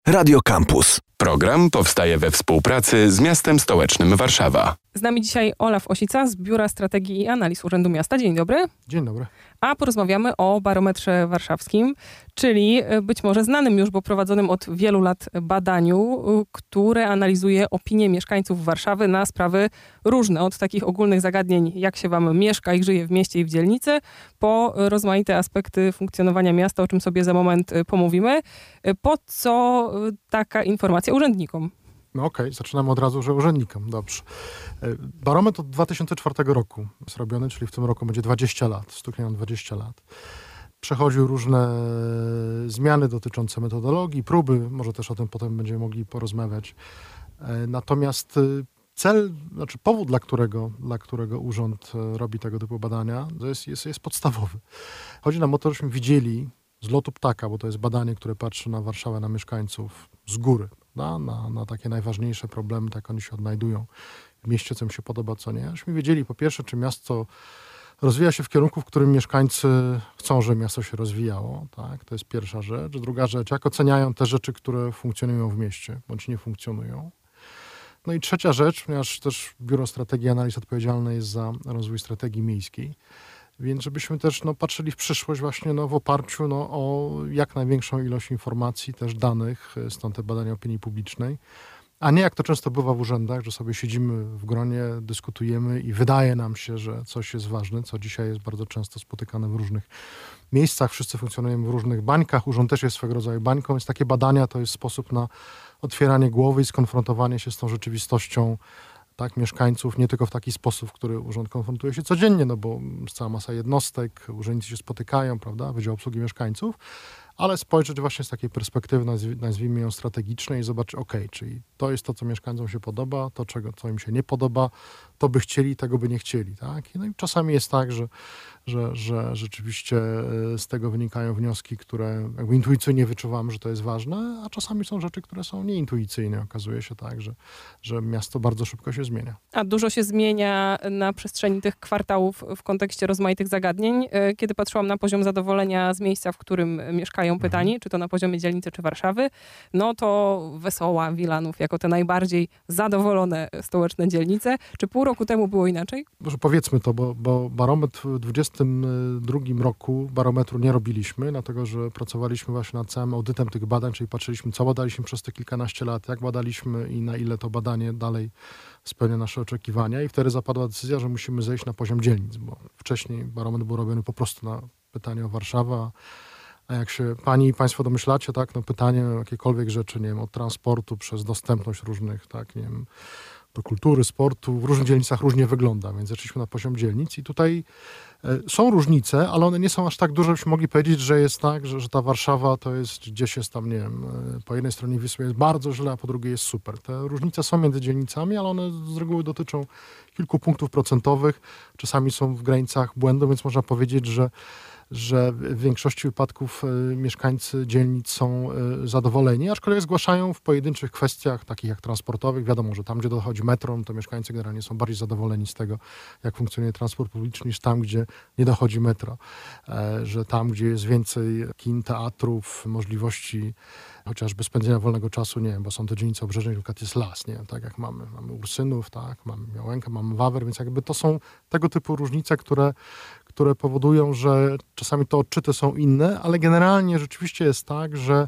Radio Campus. Program powstaje we współpracy z miastem stołecznym Warszawa. Z nami dzisiaj Olaf Osica z Biura Strategii i Analiz Urzędu Miasta. Dzień dobry. Dzień dobry. A porozmawiamy o barometrze warszawskim, czyli być może znanym już, bo prowadzonym od wielu lat badaniu, które analizuje opinię mieszkańców Warszawy na sprawy różne. Od takich ogólnych zagadnień, jak się wam mieszka i żyje w mieście i w dzielnicy, po rozmaite aspekty funkcjonowania miasta, o czym sobie za moment pomówimy. Po co taka informacja urzędnikom? No okej, zaczynamy od razu, że urzędnikom. Dobrze. Barometr od 2004 roku jest robiony, czyli w tym roku będzie 20 lat, stuknie 20 lat. Przechodził różne zmiany dotyczące metodologii, próby, może też o tym potem będziemy mogli porozmawiać. Natomiast powód, dla którego urząd robi tego typu badania, to jest podstawowy. Chodzi nam o to, żebyśmy widzieli z lotu ptaka, bo to jest badanie, które patrzy na Warszawę, na mieszkańców z góry, na takie najważniejsze problemy, tak oni się odnajdują w mieście, co im się podoba, co nie. Żebyśmy wiedzieli po pierwsze, czy miasto rozwija się w kierunku, w którym mieszkańcy chcą, żeby miasto się rozwijało. Tak? To jest pierwsza rzecz. Druga rzecz, jak oceniają te rzeczy, które funkcjonują w mieście, bądź nie funkcjonują. No i trzecia rzecz, ponieważ też Biuro Strategii i Analiz odpowiedzialne jest za rozwój strategii miejskiej, więc żebyśmy też patrzyli w przyszłość właśnie w oparciu o jak największą ilość informacji, też danych, stąd te badania opinii publicznej, a nie jak to często bywa w urzędach, że sobie siedzimy w gronie, dyskutujemy i wydaje nam się, że coś jest ważne, co dzisiaj jest bardzo często spotykane w różnych miejscach. Wszyscy funkcjonujemy w różnych bańkach, urząd też jest swego rodzaju bańką, więc takie badania to jest sposób na otwieranie głowy i skonfrontowanie się z tą rzeczywistością, tak, mieszkańców, nie tylko w taki sposób, w który urząd konfrontuje się codziennie, bo jest cała masa jednostek, urzędnicy się spotykają, prawda, Wydział Obsługi Mieszkańców, ale spojrzeć właśnie z takiej perspektywy, nazwijmy ją strategicznej i zobaczyć, czyli to jest to, co mieszkańcom się podoba, to, co im się nie podoba, to by chcieli, tego by nie chcieli, tak? No i czasami jest tak, że rzeczywiście z tego wynikają wnioski, które jakby intuicyjnie wyczuwamy, że to jest ważne, a czasami są rzeczy, które są nieintuicyjne. Okazuje się tak, że miasto bardzo szybko się zmienia. A dużo się zmienia na przestrzeni tych kwartałów w kontekście rozmaitych zagadnień. Kiedy patrzyłam na poziom zadowolenia z miejsca, w którym mieszkają pytani, czy to na poziomie dzielnicy, czy Warszawy, no to Wesoła, Wilanów jako te najbardziej zadowolone stołeczne dzielnice. Czy pół roku temu było inaczej? Może powiedzmy to, bo barometr w 2022 roku barometru nie robiliśmy, dlatego że pracowaliśmy właśnie nad całym audytem tych badań, czyli patrzyliśmy, co badaliśmy przez te kilkanaście lat, jak badaliśmy i na ile to badanie dalej spełnia nasze oczekiwania i wtedy zapadła decyzja, że musimy zejść na poziom dzielnic, bo wcześniej barometr był robiony po prostu na pytanie o Warszawę, a jak się pani i państwo domyślacie, tak, pytanie o jakiekolwiek rzeczy, nie wiem, od transportu przez dostępność różnych, tak, nie wiem, do kultury, sportu, w różnych dzielnicach różnie wygląda, więc zeszliśmy na poziom dzielnic i tutaj są różnice, ale one nie są aż tak duże, żebyśmy mogli powiedzieć, że jest tak, że ta Warszawa to jest, gdzieś jest tam, nie wiem, po jednej stronie Wisły jest bardzo źle, a po drugiej jest super. Te różnice są między dzielnicami, ale one z reguły dotyczą kilku punktów procentowych, czasami są w granicach błędu, więc można powiedzieć, że w większości wypadków mieszkańcy dzielnic są zadowoleni, aczkolwiek zgłaszają w pojedynczych kwestiach, takich jak transportowych. Wiadomo, że tam, gdzie dochodzi metro, to mieszkańcy generalnie są bardziej zadowoleni z tego, jak funkcjonuje transport publiczny, niż tam, gdzie nie dochodzi metro. Że tam, gdzie jest więcej kin, teatrów, możliwości chociażby spędzenia wolnego czasu, nie wiem, bo są to dzielnice obrzeżne, na przykład jest las, nie wiem, tak jak mamy Ursynów, tak, mamy Miałękę, mamy Wawer, więc jakby to są tego typu różnice, które powodują, że czasami te odczyty są inne, ale generalnie rzeczywiście jest tak, że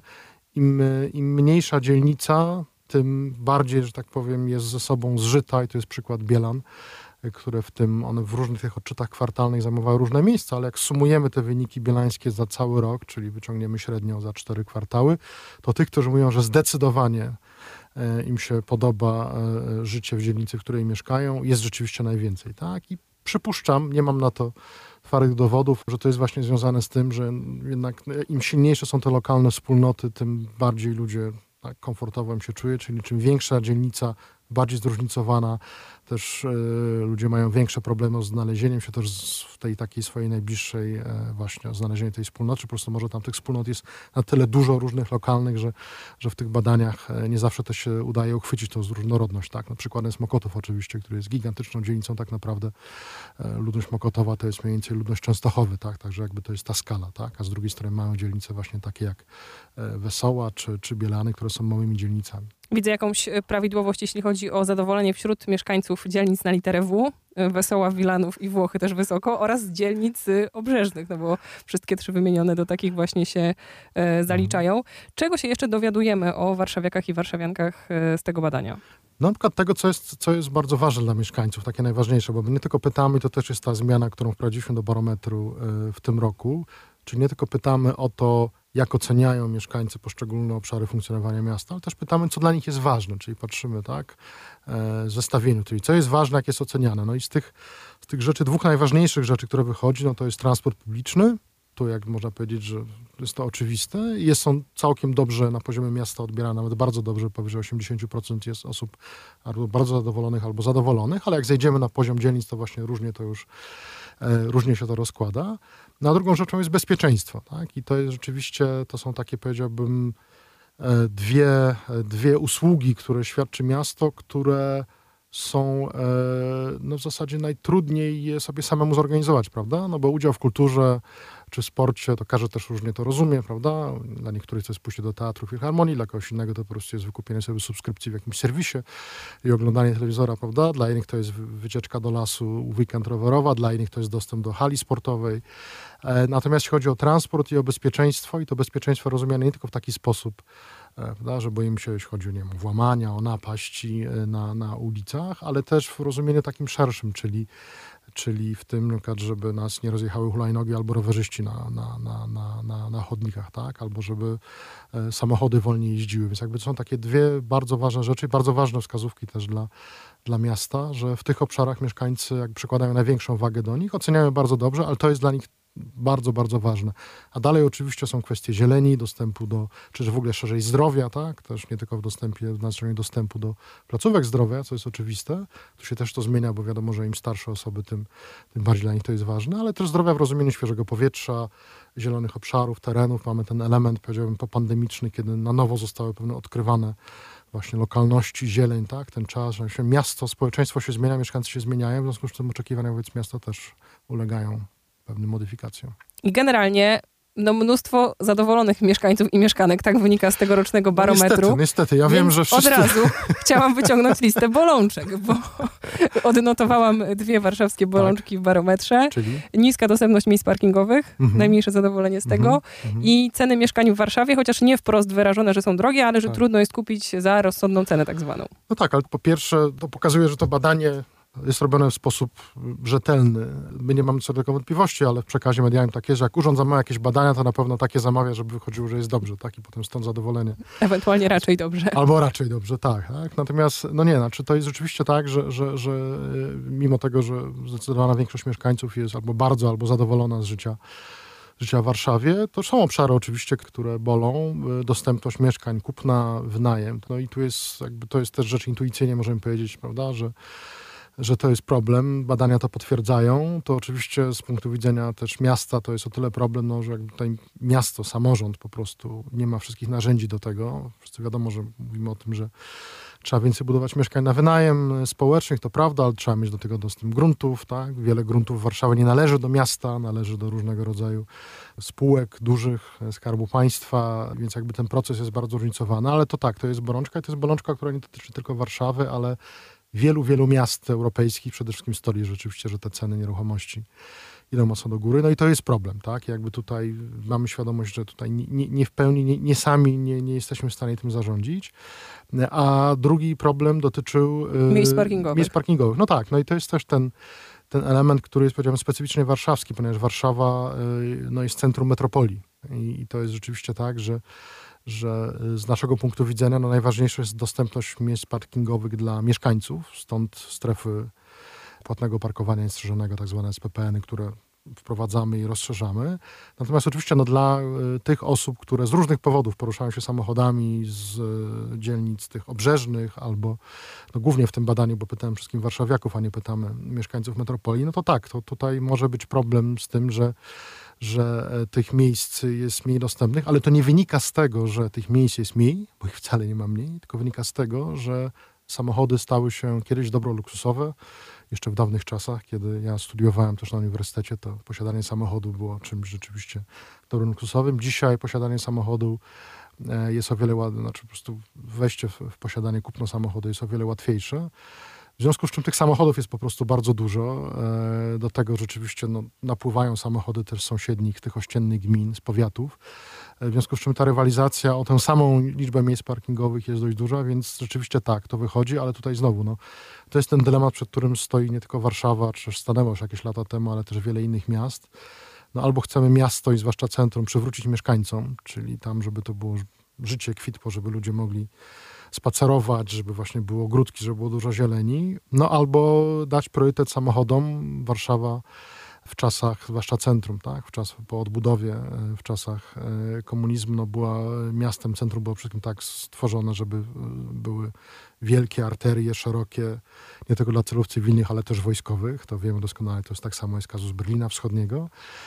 im mniejsza dzielnica, tym bardziej, że tak powiem, jest ze sobą zżyta i to jest przykład Bielan, które one w różnych tych odczytach kwartalnych zajmowały różne miejsca, ale jak sumujemy te wyniki bielańskie za cały rok, czyli wyciągniemy średnią za 4 kwartały, to tych, którzy mówią, że zdecydowanie im się podoba życie w dzielnicy, w której mieszkają, jest rzeczywiście najwięcej, tak? I przypuszczam, nie mam na to twardych dowodów, że to jest właśnie związane z tym, że jednak im silniejsze są te lokalne wspólnoty, tym bardziej ludzie tak komfortowo im się czuje, czyli czym większa dzielnica bardziej zróżnicowana, też ludzie mają większe problemy z znalezieniem się też w tej takiej swojej najbliższej właśnie znalezieniu tej wspólnoty. Po prostu może tam tych wspólnot jest na tyle dużo różnych lokalnych, że w tych badaniach nie zawsze to się udaje uchwycić tą różnorodność. Tak? Na przykład jest Mokotów oczywiście, który jest gigantyczną dzielnicą tak naprawdę. Ludność Mokotowa to jest mniej więcej ludność Częstochowy, tak? Także jakby to jest ta skala, tak? A z drugiej strony mają dzielnice właśnie takie jak Wesoła czy Bielany, które są małymi dzielnicami. Widzę jakąś prawidłowość, jeśli chodzi o zadowolenie wśród mieszkańców dzielnic na literę W, Wesoła, Wilanów i Włochy też wysoko, oraz dzielnic obrzeżnych, no bo wszystkie 3 wymienione do takich właśnie się zaliczają. Czego się jeszcze dowiadujemy o warszawiakach i warszawiankach z tego badania? No, na przykład tego, co jest bardzo ważne dla mieszkańców, takie najważniejsze, bo my nie tylko pytamy, to też jest ta zmiana, którą wprowadziliśmy do barometru w tym roku, czyli nie tylko pytamy o to, jak oceniają mieszkańcy poszczególne obszary funkcjonowania miasta, ale też pytamy, co dla nich jest ważne, czyli patrzymy, tak, w zestawieniu, czyli co jest ważne, jak jest oceniane. No i z tych rzeczy, 2 najważniejszych rzeczy, które wychodzi, no to jest transport publiczny. Tu, jak można powiedzieć, że jest to oczywiste. Są całkiem dobrze na poziomie miasta odbierane, nawet bardzo dobrze, powyżej 80% jest osób albo bardzo zadowolonych, albo zadowolonych, ale jak zejdziemy na poziom dzielnic, to właśnie różnie się to rozkłada. No a drugą rzeczą jest bezpieczeństwo, tak? I to jest rzeczywiście, to są takie, powiedziałbym, dwie usługi, które świadczy miasto, które są no w zasadzie najtrudniej je sobie samemu zorganizować, prawda? No bo udział w kulturze czy sporcie, to każdy też różnie to rozumie, prawda? Dla niektórych to jest pójście do teatru, filharmonii, dla kogoś innego to po prostu jest wykupienie sobie subskrypcji w jakimś serwisie i oglądanie telewizora, prawda? Dla innych to jest wycieczka do lasu, weekend rowerowa, dla innych to jest dostęp do hali sportowej. Natomiast jeśli chodzi o transport i o bezpieczeństwo, i to bezpieczeństwo rozumiane nie tylko w taki sposób, prawda, że boimy się, jeśli chodzi o, nie wiem, włamania, o napaści na ulicach, ale też w rozumieniu takim szerszym, czyli w tym, na przykład, żeby nas nie rozjechały hulajnogi albo rowerzyści na chodnikach, tak? Albo żeby samochody wolniej jeździły. Więc jakby to są takie 2 bardzo ważne rzeczy i bardzo ważne wskazówki też dla miasta, że w tych obszarach mieszkańcy jak przykładają największą wagę do nich, oceniają bardzo dobrze, ale to jest dla nich bardzo, bardzo ważne. A dalej oczywiście są kwestie zieleni, dostępu czy w ogóle szerzej zdrowia, tak? Też nie tylko w znaczeniu dostępu do placówek zdrowia, co jest oczywiste. Tu się też to zmienia, bo wiadomo, że im starsze osoby, tym bardziej dla nich to jest ważne, ale też zdrowia w rozumieniu świeżego powietrza, zielonych obszarów, terenów. Mamy ten element, powiedziałbym, popandemiczny, kiedy na nowo zostały pewne odkrywane właśnie lokalności, zieleń, tak? Ten czas, że miasto, społeczeństwo się zmienia, mieszkańcy się zmieniają, w związku z tym oczekiwania wobec miasta też ulegają pewnym modyfikacjom. I generalnie mnóstwo zadowolonych mieszkańców i mieszkanek, tak wynika z tegorocznego barometru. No niestety. Ja wiem, że wszyscy... Od razu chciałam wyciągnąć listę bolączek, bo odnotowałam 2 warszawskie bolączki w barometrze. Czyli? Niska dostępność miejsc parkingowych, najmniejsze zadowolenie z tego i ceny mieszkań w Warszawie, chociaż nie wprost wyrażone, że są drogie, ale że trudno jest kupić za rozsądną cenę tak zwaną. No tak, ale po pierwsze to pokazuje, że to badanie jest robione w sposób rzetelny. My nie mamy co do tego wątpliwości, ale w przekazie medialnym tak jest, że jak urząd zamawia jakieś badania, to na pewno takie zamawia, żeby wychodziło, że jest dobrze, tak? I potem stąd zadowolenie. Ewentualnie raczej dobrze. Albo raczej dobrze, tak. Natomiast, no nie, znaczy to jest rzeczywiście tak, że mimo tego, że zdecydowana większość mieszkańców jest albo zadowolona z życia w Warszawie, to są obszary oczywiście, które bolą. Dostępność mieszkań, kupna, wynajem. No i tu jest to jest też rzecz intuicyjnie możemy powiedzieć, prawda, że to jest problem, badania to potwierdzają. To oczywiście z punktu widzenia też miasta to jest o tyle problem, no, że jakby tutaj miasto, samorząd po prostu nie ma wszystkich narzędzi do tego. Wszyscy wiadomo, że mówimy o tym, że trzeba więcej budować mieszkań na wynajem społecznych, to prawda, ale trzeba mieć do tego dostęp gruntów, tak? Wiele gruntów w Warszawie nie należy do miasta, należy do różnego rodzaju spółek dużych, Skarbu Państwa, więc jakby ten proces jest bardzo zróżnicowany, ale to tak, to jest bolączka i to jest bolączka, która nie dotyczy tylko Warszawy, ale wielu miast europejskich, przede wszystkim stolic rzeczywiście, że te ceny nieruchomości idą mocno do góry. No i to jest problem, tak? Jakby tutaj mamy świadomość, że tutaj nie w pełni, nie sami nie jesteśmy w stanie tym zarządzić. A drugi problem dotyczył miejsc parkingowych. No tak, no i to jest też ten element, który jest, powiedziałbym, specyficznie warszawski, ponieważ Warszawa no, jest centrum metropolii. I to jest rzeczywiście tak, że z naszego punktu widzenia no, najważniejsza jest dostępność miejsc parkingowych dla mieszkańców, stąd strefy płatnego parkowania niestrzeżonego, tak zwane SPPN-y, które wprowadzamy i rozszerzamy. Natomiast oczywiście dla tych osób, które z różnych powodów poruszają się samochodami z dzielnic tych obrzeżnych albo głównie w tym badaniu, bo pytałem wszystkim warszawiaków, a nie pytamy mieszkańców metropolii, no to tak, to tutaj może być problem z tym, że tych miejsc jest mniej dostępnych, ale to nie wynika z tego, że tych miejsc jest mniej, bo ich wcale nie ma mniej, tylko wynika z tego, że samochody stały się kiedyś dobro luksusowe. Jeszcze w dawnych czasach, kiedy ja studiowałem też na uniwersytecie, to posiadanie samochodu było czymś rzeczywiście dobrym luksusowym. Dzisiaj posiadanie samochodu jest o wiele łatwiejsze, znaczy po prostu wejście w posiadanie, kupno samochodu jest o wiele łatwiejsze. W związku z czym tych samochodów jest po prostu bardzo dużo. Do tego rzeczywiście napływają samochody też z sąsiednich, tych ościennych gmin, z powiatów. W związku z czym ta rywalizacja o tę samą liczbę miejsc parkingowych jest dość duża, więc rzeczywiście tak, to wychodzi, ale tutaj znowu, to jest ten dylemat, przed którym stoi nie tylko Warszawa, czy też stanęło już jakieś lata temu, ale też wiele innych miast. Albo chcemy miasto i zwłaszcza centrum przywrócić mieszkańcom, czyli tam, żeby to było życie, kwitło, żeby ludzie mogli spacerować, żeby właśnie było ogródki, żeby było dużo zieleni, albo dać priorytet samochodom. Warszawa w czasach, zwłaszcza centrum, tak, po odbudowie, w czasach komunizmu, była miastem, centrum było przy tym tak stworzone, żeby były wielkie arterie, szerokie, nie tylko dla celów cywilnych, ale też wojskowych. To wiemy doskonale, to jest tak samo jest kazus Berlina Wschodniego.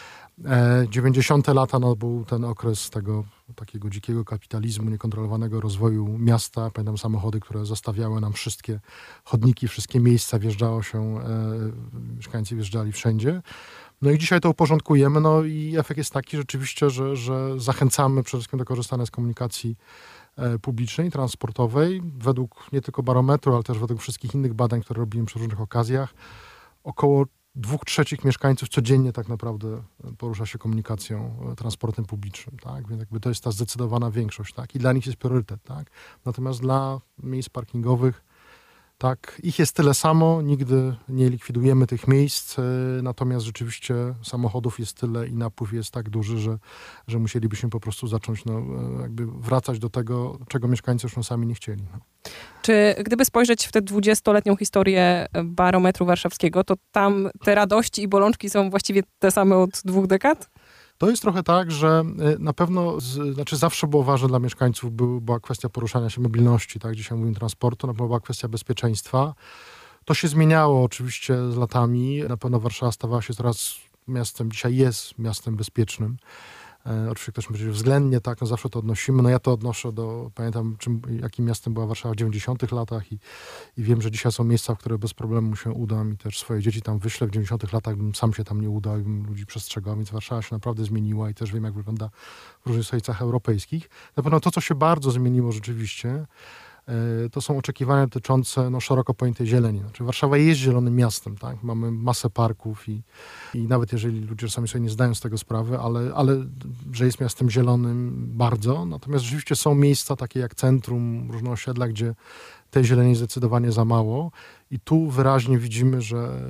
90. lata był ten okres tego takiego dzikiego kapitalizmu, niekontrolowanego rozwoju miasta. Pamiętam samochody, które zostawiały nam wszystkie chodniki, wszystkie miejsca, wjeżdżało się, mieszkańcy wjeżdżali wszędzie. I dzisiaj to uporządkujemy, i efekt jest taki rzeczywiście, że zachęcamy przede wszystkim do korzystania z komunikacji publicznej, transportowej. Według nie tylko barometru, ale też według wszystkich innych badań, które robimy przy różnych okazjach, około 2/3 mieszkańców codziennie tak naprawdę porusza się komunikacją, transportem publicznym, tak? Więc to jest ta zdecydowana większość, tak? I dla nich jest priorytet, tak? Natomiast dla miejsc parkingowych, tak, ich jest tyle samo, nigdy nie likwidujemy tych miejsc, natomiast rzeczywiście samochodów jest tyle i napływ jest tak duży, że musielibyśmy po prostu zacząć wracać do tego, czego mieszkańcy już sami nie chcieli. Czy gdyby spojrzeć w tę 20-letnią historię barometru warszawskiego, to tam te radości i bolączki są właściwie te same od 2 dekad? To jest trochę tak, że na pewno, zawsze było ważne dla mieszkańców, była kwestia poruszania się, mobilności, tak? Dzisiaj mówimy transportu, na pewno była kwestia bezpieczeństwa. To się zmieniało oczywiście z latami. Na pewno Warszawa stawała się coraz miastem, dzisiaj jest miastem bezpiecznym. Oczywiście ktoś mówi, że względnie tak, zawsze to odnosimy. Ja to odnoszę pamiętam jakim miastem była Warszawa w 90. latach i wiem, że dzisiaj są miejsca, w które bez problemu się udam i też swoje dzieci tam wyślę. W 90. latach bym sam się tam nie udał i bym ludzi przestrzegał, więc Warszawa się naprawdę zmieniła i też wiem, jak wygląda w różnych stolicach europejskich. Na pewno to, co się bardzo zmieniło rzeczywiście, to są oczekiwania dotyczące szeroko pojętej zieleni. Znaczy Warszawa jest zielonym miastem, tak? Mamy masę parków i nawet jeżeli ludzie czasami sobie nie zdają z tego sprawy, ale że jest miastem zielonym bardzo. Natomiast rzeczywiście są miejsca takie jak centrum, różne osiedla, gdzie tej zieleni zdecydowanie za mało i tu wyraźnie widzimy, że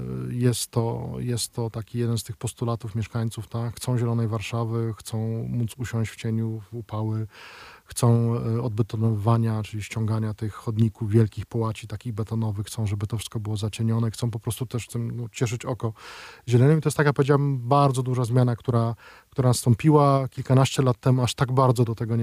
jest to taki jeden z tych postulatów mieszkańców, tak? Chcą zielonej Warszawy, chcą móc usiąść w cieniu w upały, chcą odbetonowywania, czyli ściągania tych chodników, wielkich połaci takich betonowych, chcą, żeby to wszystko było zacienione, chcą po prostu też tym cieszyć oko zielenią. I to jest taka, powiedziałbym, bardzo duża zmiana, która nastąpiła kilkanaście lat temu, aż tak bardzo do tego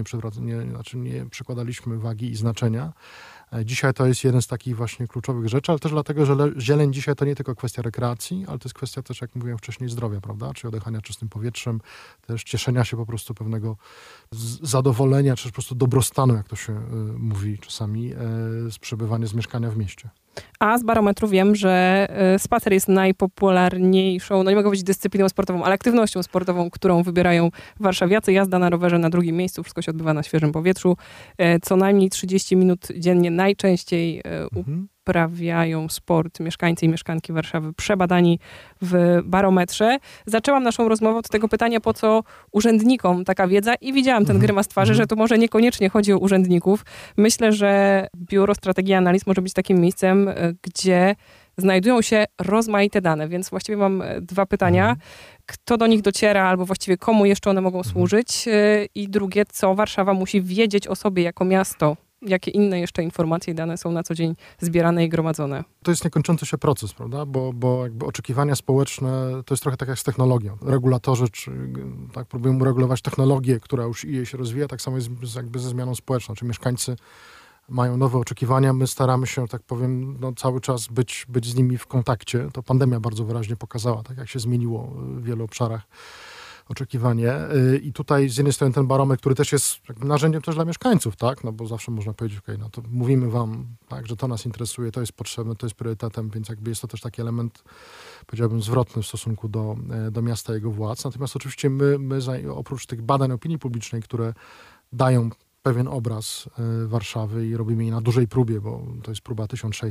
nie przykładaliśmy wagi i znaczenia. Dzisiaj to jest jeden z takich właśnie kluczowych rzeczy, ale też dlatego, że zieleń dzisiaj to nie tylko kwestia rekreacji, ale to jest kwestia też, jak mówiłem wcześniej, zdrowia, prawda? Czyli oddychania czystym powietrzem, też cieszenia się po prostu pewnego zadowolenia, czy po prostu dobrostanu, jak to się mówi czasami, z przebywania, z mieszkania w mieście. A z barometru wiem, że spacer jest najpopularniejszą, nie mogę powiedzieć dyscypliną sportową, ale aktywnością sportową, którą wybierają warszawiacy. Jazda na rowerze na drugim miejscu, wszystko się odbywa na świeżym powietrzu. Co najmniej 30 minut dziennie najczęściej uprawiają sport mieszkańcy i mieszkanki Warszawy, przebadani w barometrze. Zaczęłam naszą rozmowę od tego pytania, po co urzędnikom taka wiedza i widziałam ten grymas twarzy, że to może niekoniecznie chodzi o urzędników. Myślę, że Biuro Strategii i Analiz może być takim miejscem, gdzie znajdują się rozmaite dane, więc właściwie mam 2 pytania. Kto do nich dociera, albo właściwie komu jeszcze one mogą służyć? I drugie, co Warszawa musi wiedzieć o sobie jako miasto jakie inne jeszcze informacje i dane są na co dzień zbierane i gromadzone? To jest niekończący się proces, prawda? Bo jakby oczekiwania społeczne to jest trochę tak jak z technologią. Regulatorzy tak próbują uregulować technologię, która już się rozwija, tak samo jest jakby ze zmianą społeczną. Czy mieszkańcy mają nowe oczekiwania, my staramy się, tak powiem, cały czas być z nimi w kontakcie. To pandemia bardzo wyraźnie pokazała, tak jak się zmieniło w wielu obszarach oczekiwanie. I tutaj z jednej strony ten barometr, który też jest narzędziem też dla mieszkańców, tak? No bo zawsze można powiedzieć, no to mówimy wam, tak, że to nas interesuje, to jest potrzebne, to jest priorytetem, więc jakby jest to też taki element, powiedziałbym, zwrotny w stosunku do miasta i jego władz. Natomiast oczywiście my oprócz tych badań opinii publicznej, które dają pewien obraz Warszawy i robimy je na dużej próbie, bo to jest próba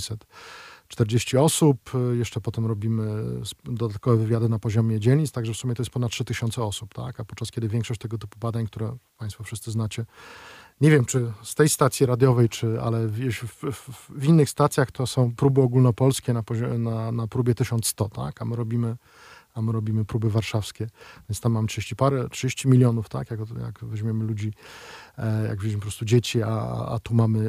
1640 osób. Jeszcze potem robimy dodatkowe wywiady na poziomie dzielnic, także w sumie to jest ponad 3000 osób, tak? A podczas kiedy większość tego typu badań, które Państwo wszyscy znacie, nie wiem, czy z tej stacji radiowej, ale w innych stacjach to są próby ogólnopolskie na próbie 1100, tak? A my robimy próby warszawskie, więc tam mam 30 milionów, tak, jak weźmiemy ludzi, jak weźmiemy po prostu dzieci, a tu mamy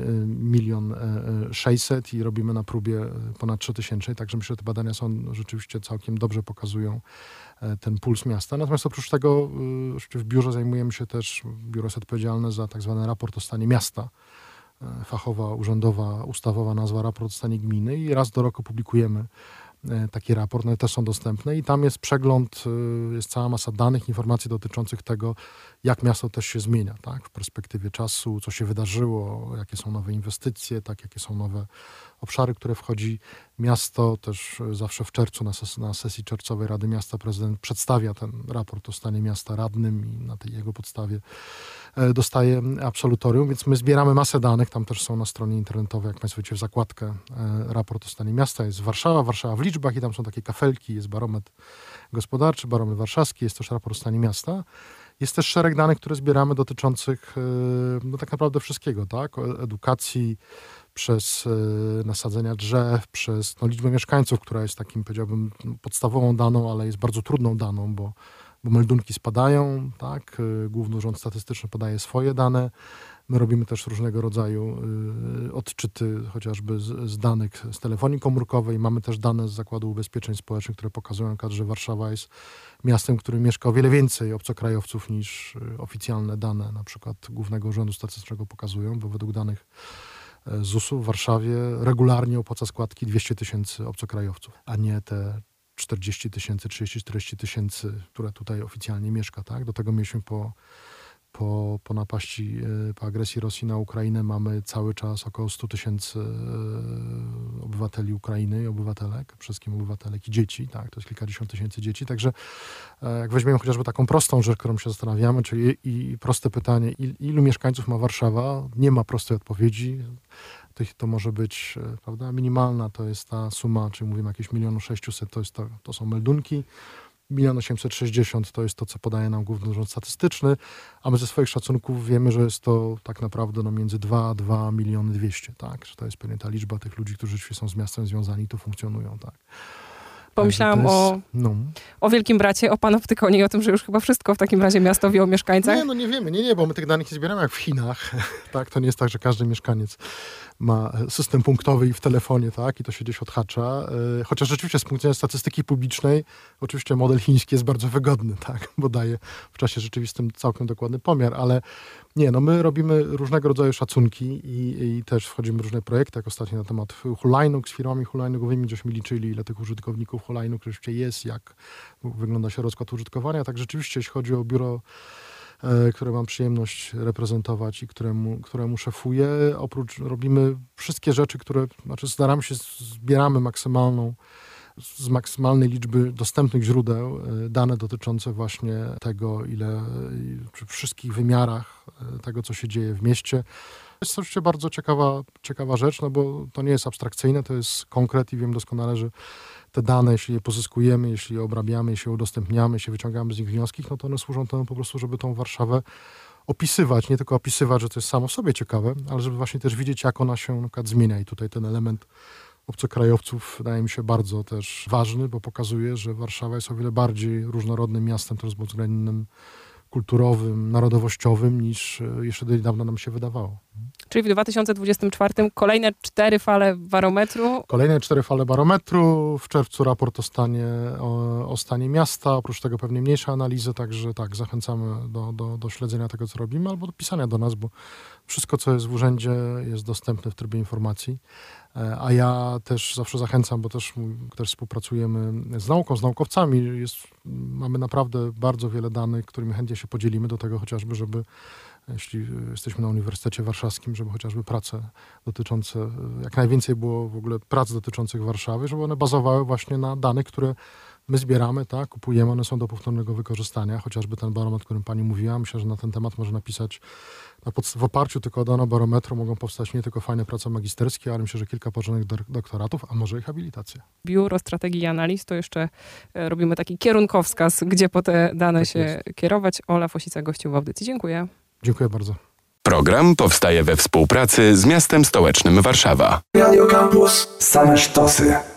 1 600 000 i robimy na próbie ponad 3000, także myślę, że te badania są rzeczywiście całkiem dobrze pokazują ten puls miasta. Natomiast oprócz tego w biurze zajmujemy się też, biuro jest odpowiedzialne za tak zwany raport o stanie miasta, fachowa, urzędowa, ustawowa nazwa raport o stanie gminy i raz do roku publikujemy taki raport, one też są dostępne i tam jest przegląd, jest cała masa danych, informacji dotyczących tego, jak miasto też się zmienia, tak, w perspektywie czasu, co się wydarzyło, jakie są nowe inwestycje, tak, jakie są nowe obszary, które wchodzi miasto. Też zawsze w czerwcu na sesji czerwcowej Rady Miasta prezydent przedstawia ten raport o stanie miasta radnym i na tej jego podstawie dostaje absolutorium, więc my zbieramy masę danych, tam też są na stronie internetowej, jak Państwo wiecie, w zakładkę raport o stanie miasta, jest Warszawa w liczbach i tam są takie kafelki, jest barometr gospodarczy, barometr warszawski, jest też raport o stanie miasta. Jest też szereg danych, które zbieramy dotyczących tak naprawdę wszystkiego, tak? Edukacji, przez nasadzenia drzew, przez liczbę mieszkańców, która jest takim, powiedziałbym, podstawową daną, ale jest bardzo trudną daną, bo meldunki spadają, tak? Główny Urząd Statystyczny podaje swoje dane. My robimy też różnego rodzaju odczyty chociażby z danych z telefonii komórkowej. Mamy też dane z Zakładu Ubezpieczeń Społecznych, które pokazują, że Warszawa jest miastem, w którym mieszka o wiele więcej obcokrajowców niż oficjalne dane, na przykład Głównego Urzędu Statystycznego pokazują, bo według danych ZUS-u w Warszawie regularnie opłaca składki 200 000 obcokrajowców, a nie te 40 000, 30-40 000, które tutaj oficjalnie mieszka. Tak? Do tego mieliśmy po napaści, po agresji Rosji na Ukrainę mamy cały czas około 100 000 obywateli Ukrainy i obywatelek, wszystkim obywatelek i dzieci, tak, to jest kilkadziesiąt tysięcy dzieci, także jak weźmiemy chociażby taką prostą rzecz, którą się zastanawiamy, czyli i proste pytanie, ilu mieszkańców ma Warszawa, nie ma prostej odpowiedzi, to może być, prawda, minimalna, to jest ta suma, czyli mówimy jakieś 1 600 000, to są meldunki, 1 860 000 to jest to, co podaje nam Główny Urząd Statystyczny, a my ze swoich szacunków wiemy, że jest to tak naprawdę między 2 200 000, tak? Że to jest pewnie ta liczba tych ludzi, którzy rzeczywiście są z miastem związani i tu funkcjonują, tak? Pomyślałam o Wielkim Bracie, o Panoptykonie i o tym, że już chyba wszystko w takim razie miasto wie o mieszkańcach. Nie wiemy, bo my tych danych nie zbieramy jak w Chinach. Tak? To nie jest tak, że każdy mieszkaniec ma system punktowy i w telefonie, tak? I to się gdzieś odhacza. Chociaż rzeczywiście z punktu widzenia statystyki publicznej oczywiście model chiński jest bardzo wygodny, tak? Bo daje w czasie rzeczywistym całkiem dokładny pomiar, ale nie, my robimy różnego rodzaju szacunki i też wchodzimy w różne projekty, jak ostatnio na temat hulajnóg z firmami hulajnogowymi, gdzieśmy liczyli, ile tych użytkowników hulajnóg rzeczywiście jest, jak wygląda się rozkład użytkowania. Tak rzeczywiście, jeśli chodzi o biuro, które mam przyjemność reprezentować i któremu szefuję, robimy wszystkie rzeczy, staramy się, zbieramy z maksymalnej liczby dostępnych źródeł dane dotyczące właśnie tego, ile przy wszystkich wymiarach tego, co się dzieje w mieście. To jest oczywiście bardzo ciekawa rzecz, bo to nie jest abstrakcyjne, to jest konkret i wiem doskonale, że te dane, jeśli je pozyskujemy, jeśli je obrabiamy, jeśli je udostępniamy, jeśli wyciągamy z nich wnioski, to one służą temu po prostu, żeby tą Warszawę opisywać, nie tylko opisywać, że to jest samo w sobie ciekawe, ale żeby właśnie też widzieć, jak ona się na przykład zmienia i tutaj ten element obcokrajowców wydaje mi się bardzo też ważny, bo pokazuje, że Warszawa jest o wiele bardziej różnorodnym miastem, też pod względem kulturowym, narodowościowym, niż jeszcze do niedawna nam się wydawało. Czyli w 2024 kolejne 4 fale barometru. Kolejne 4 fale barometru. W czerwcu raport o stanie miasta. Oprócz tego pewnie mniejsze analizy, także tak, zachęcamy do śledzenia tego, co robimy, albo do pisania do nas, bo wszystko, co jest w urzędzie, jest dostępne w trybie informacji. A ja też zawsze zachęcam, bo też współpracujemy z nauką, z naukowcami. Mamy naprawdę bardzo wiele danych, którymi chętnie się podzielimy, do tego chociażby, żeby, jeśli jesteśmy na Uniwersytecie Warszawskim, żeby chociażby prace dotyczące, jak najwięcej było w ogóle prac dotyczących Warszawy, żeby one bazowały właśnie na danych, które my zbieramy, tak, kupujemy, one są do powtórnego wykorzystania, chociażby ten barometr, o którym pani mówiła. Myślę, że na ten temat można napisać, w oparciu tylko o dane barometru mogą powstać nie tylko fajne prace magisterskie, ale myślę, że kilka porządnych doktoratów, a może i habilitacje. Biuro Strategii i Analiz, to jeszcze robimy taki kierunkowskaz, gdzie po te dane Tak się jest. kierować. Olaf Osica gościł w audycji. Dziękuję. Dziękuję bardzo. Program powstaje we współpracy z miastem stołecznym Warszawa. Radio Campus. Same sztosy.